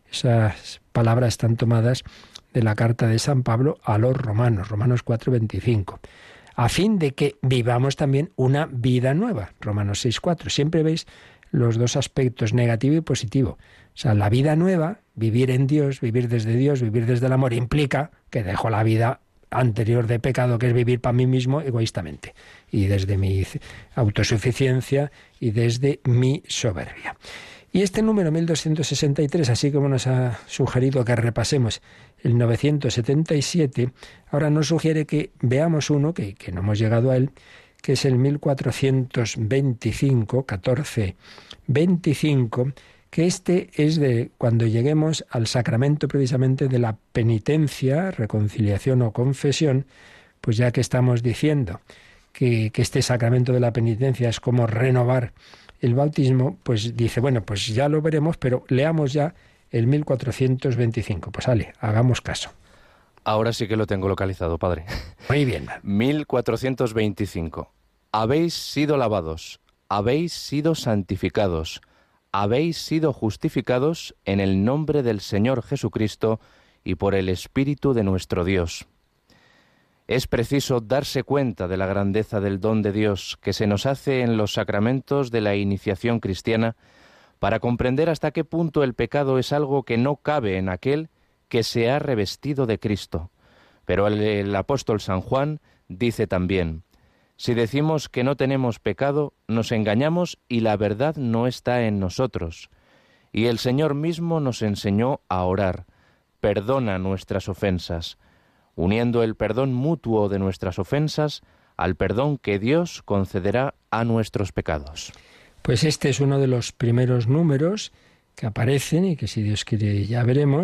Esas palabras están tomadas de la carta de San Pablo a los romanos, Romanos cuatro veinticinco, a fin de que vivamos también una vida nueva, Romanos seis cuatro. Siempre veis los dos aspectos, negativo y positivo. O sea, la vida nueva, vivir en Dios, vivir desde Dios, vivir desde el amor, implica que dejo la vida anterior de pecado, que es vivir para mí mismo egoístamente, y desde mi autosuficiencia y desde mi soberbia. Y este número mil doscientos sesenta y tres, así como nos ha sugerido que repasemos el novecientos setenta y siete, ahora nos sugiere que veamos uno, que, que no hemos llegado a él, que es el mil cuatrocientos veinticinco, catorce veinticinco, que este es de cuando lleguemos al sacramento precisamente de la penitencia, reconciliación o confesión, pues ya que estamos diciendo que, que este sacramento de la penitencia es como renovar el bautismo, pues dice, bueno, pues ya lo veremos, pero leamos ya el mil cuatrocientos veinticinco. Pues vale, hagamos caso. Ahora sí que lo tengo localizado, padre. Muy bien. mil cuatrocientos veinticinco. Habéis sido lavados, habéis sido santificados, habéis sido justificados en el nombre del Señor Jesucristo y por el Espíritu de nuestro Dios. Es preciso darse cuenta de la grandeza del don de Dios que se nos hace en los sacramentos de la iniciación cristiana para comprender hasta qué punto el pecado es algo que no cabe en aquel que se ha revestido de Cristo. Pero el, el apóstol San Juan dice también, si decimos que no tenemos pecado, nos engañamos y la verdad no está en nosotros. Y el Señor mismo nos enseñó a orar, perdona nuestras ofensas, uniendo el perdón mutuo de nuestras ofensas al perdón que Dios concederá a nuestros pecados. Pues este es uno de los primeros números que aparecen y que si Dios quiere ya veremos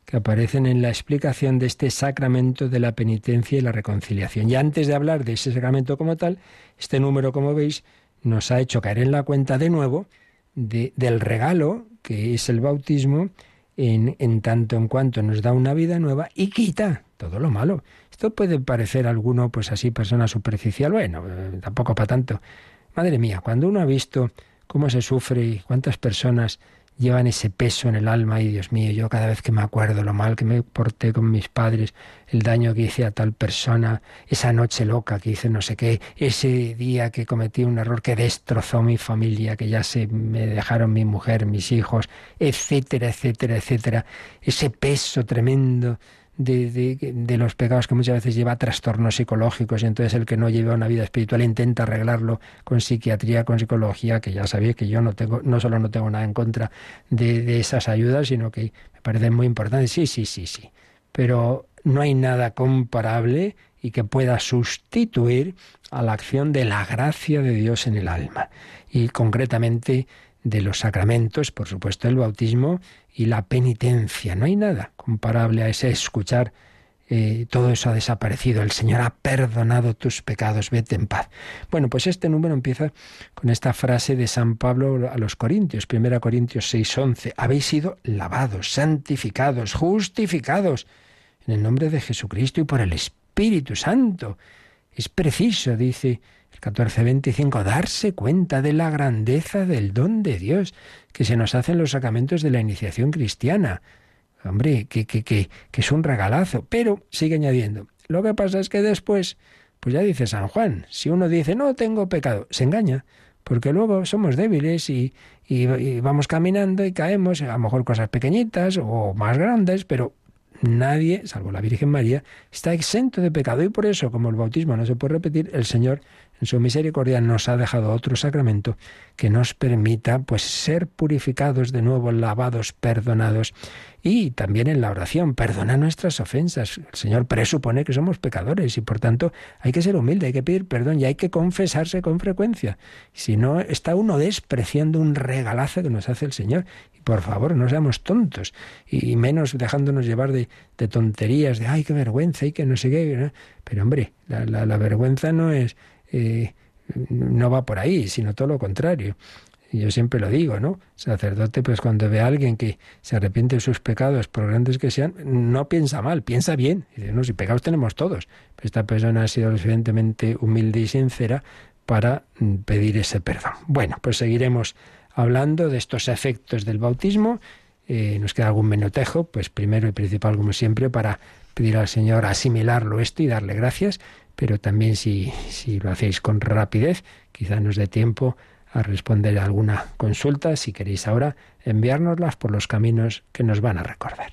que aparecen en la explicación de este sacramento de la penitencia y la reconciliación. Y antes de hablar de ese sacramento como tal, este número, como veis, nos ha hecho caer en la cuenta de nuevo de, del regalo que es el bautismo, en, en tanto en cuanto nos da una vida nueva y quita todo lo malo. Esto puede parecer a alguno, pues así, persona superficial, bueno, eh, tampoco para tanto. Madre mía, cuando uno ha visto cómo se sufre y cuántas personas llevan ese peso en el alma, y Dios mío, yo cada vez que me acuerdo lo mal que me porté con mis padres, el daño que hice a tal persona, esa noche loca que hice no sé qué, ese día que cometí un error que destrozó mi familia, que ya se me dejaron mi mujer, mis hijos, etcétera, etcétera, etcétera, ese peso tremendo De, de, de los pecados que muchas veces lleva a trastornos psicológicos, y entonces el que no lleva una vida espiritual intenta arreglarlo con psiquiatría, con psicología, que ya sabéis que yo no tengo, no solo no tengo nada en contra de, de esas ayudas, sino que me parecen muy importantes. Sí, sí, sí, sí. Pero no hay nada comparable y que pueda sustituir a la acción de la gracia de Dios en el alma. Y concretamente de los sacramentos, por supuesto el bautismo y la penitencia. No hay nada comparable a ese escuchar eh, todo eso ha desaparecido, el Señor ha perdonado tus pecados, vete en paz. Bueno, pues este número empieza con esta frase de San Pablo a los Corintios, primera Corintios seis, once. Habéis sido lavados, santificados, justificados en el nombre de Jesucristo y por el Espíritu Santo. Es preciso, dice el catorce veinticinco, darse cuenta de la grandeza del don de Dios que se nos hace en los sacramentos de la iniciación cristiana. Hombre, que, que, que, que es un regalazo. Pero sigue añadiendo, lo que pasa es que después, pues ya dice San Juan, si uno dice no tengo pecado, se engaña, porque luego somos débiles y, y, y vamos caminando y caemos, a lo mejor cosas pequeñitas o más grandes, pero nadie, salvo la Virgen María, está exento de pecado, y por eso, como el bautismo no se puede repetir, el Señor en su misericordia nos ha dejado otro sacramento que nos permita pues ser purificados de nuevo, lavados, perdonados. Y también en la oración, perdona nuestras ofensas. El Señor presupone que somos pecadores y por tanto hay que ser humilde, hay que pedir perdón y hay que confesarse con frecuencia. Si no, está uno despreciando un regalazo que nos hace el Señor. Y por favor, no seamos tontos y menos dejándonos llevar de, de tonterías, de ay, qué vergüenza y que no sé qué. ¿No? Pero hombre, la, la, la vergüenza no es... Eh, no va por ahí, sino todo lo contrario. Y yo siempre lo digo, ¿no? Sacerdote, pues cuando ve a alguien que se arrepiente de sus pecados, por grandes que sean, no piensa mal, piensa bien. Y dice, no, si pecados tenemos todos. Pero esta persona ha sido lo suficientemente humilde y sincera para pedir ese perdón. Bueno, pues seguiremos hablando de estos efectos del bautismo. Eh, nos queda algún menotejo, pues primero y principal, como siempre, para pedir al Señor asimilarlo esto y darle gracias, pero también si, si lo hacéis con rapidez, quizá nos dé tiempo a responder a alguna consulta. Si queréis ahora enviárnoslas por los caminos que nos van a recordar.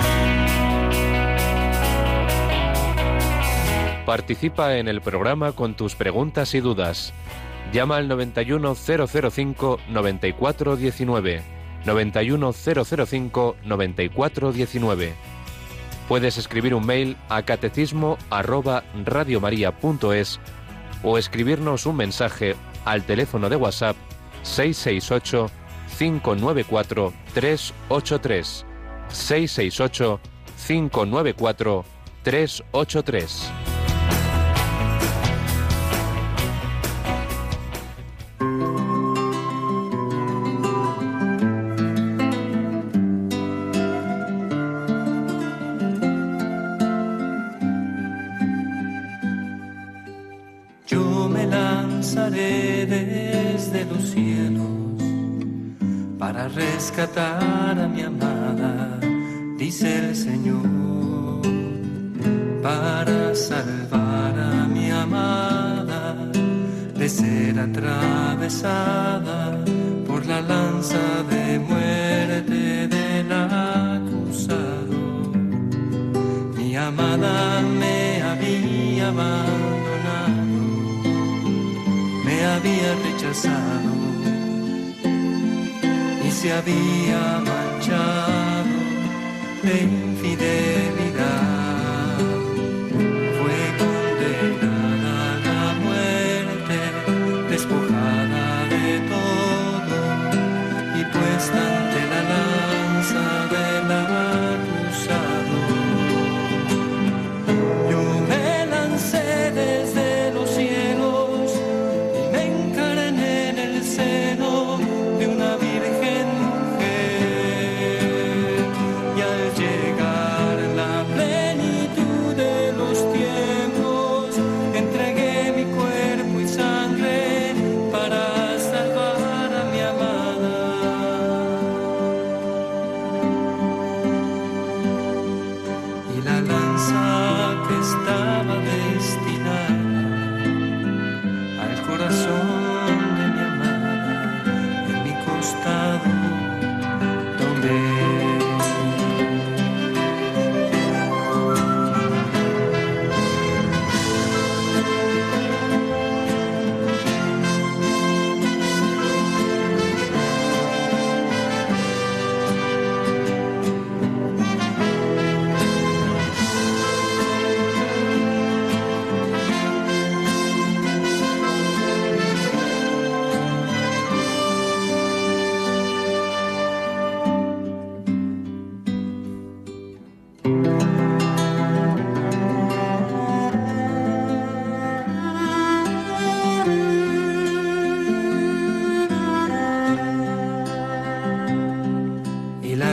Participa en el programa con tus preguntas y dudas. Llama al noventa y uno cero cero cinco noventa y cuatro diecinueve, noventa y uno cero cero cinco noventa y cuatro diecinueve. Puedes escribir un mail a catecismo arroba radiomaria.es o escribirnos un mensaje al teléfono de WhatsApp seis seis ocho cinco nueve cuatro tres ocho tres, seis seis ocho cinco nueve cuatro tres ocho tres. Desde los cielos para rescatar a mi amada, dice el Señor, para salvar a mi amada de ser atravesada por la lanza de muerte del acusado. Mi amada me había abandonado, me había rechazado y se había manchado de infidelidad. Fue condenada a la muerte, despojada de todo y puesta ante la lanza del acusado.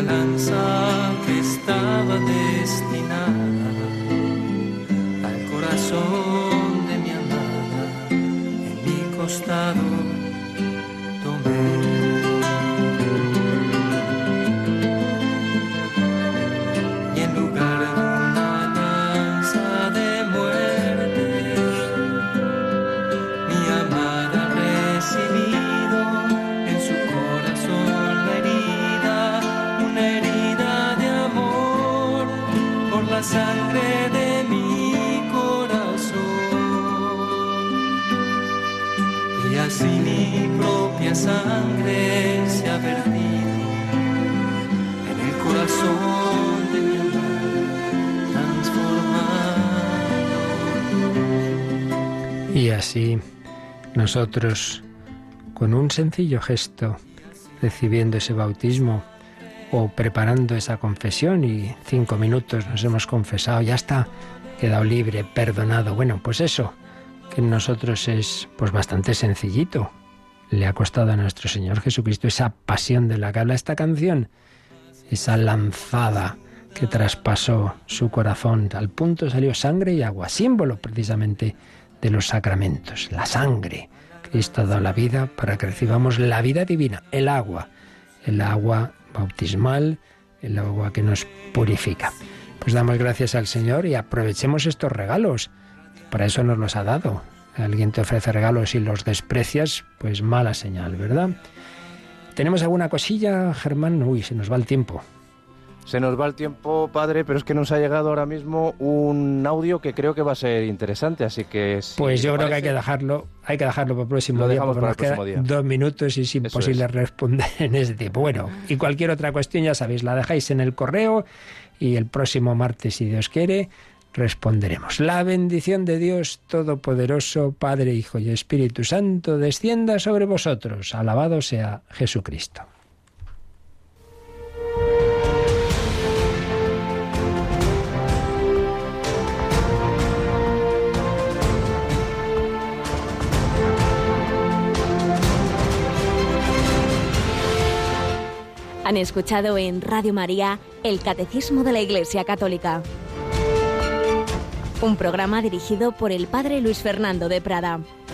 lanza que estaba destinada al corazón de mi amada, en mi costado tomé. Y en lugar de una lanza de muerte, mi amada ha recibido en su corazón la herida, una herida de amor por la sangre de mi corazón. Y así mi propia sangre se ha vertido en el corazón de mi amada, transformado. Y así nosotros, con un sencillo gesto, recibiendo ese bautismo o preparando esa confesión, y cinco minutos nos hemos confesado, ya está, quedado libre, perdonado. Bueno, pues eso, que en nosotros es pues bastante sencillito. Le ha costado a nuestro Señor Jesucristo esa pasión de la que habla esta canción, esa lanzada que traspasó su corazón. Al punto salió sangre y agua, símbolo precisamente de los sacramentos. La sangre. Cristo ha dado la vida para que recibamos la vida divina, el agua, el agua bautismal, el agua que nos purifica. Pues damos gracias al Señor y aprovechemos estos regalos. Para eso nos los ha dado. Alguien te ofrece regalos y los desprecias, pues mala señal, ¿verdad? ¿Tenemos alguna cosilla, Germán? Uy, se nos va el tiempo. Se nos va el tiempo, padre, pero es que nos ha llegado ahora mismo un audio que creo que va a ser interesante, así que... Si pues yo creo parece, que hay que dejarlo, hay que dejarlo para el próximo lo día, dejamos porque para nos el próximo quedan día. dos minutos y es imposible es. responder en ese tiempo. Bueno, y cualquier otra cuestión, ya sabéis, la dejáis en el correo y el próximo martes, si Dios quiere, responderemos. La bendición de Dios Todopoderoso, Padre, Hijo y Espíritu Santo, descienda sobre vosotros. Alabado sea Jesucristo. Han escuchado en Radio María el Catecismo de la Iglesia Católica, un programa dirigido por el Padre Luis Fernando de Prada.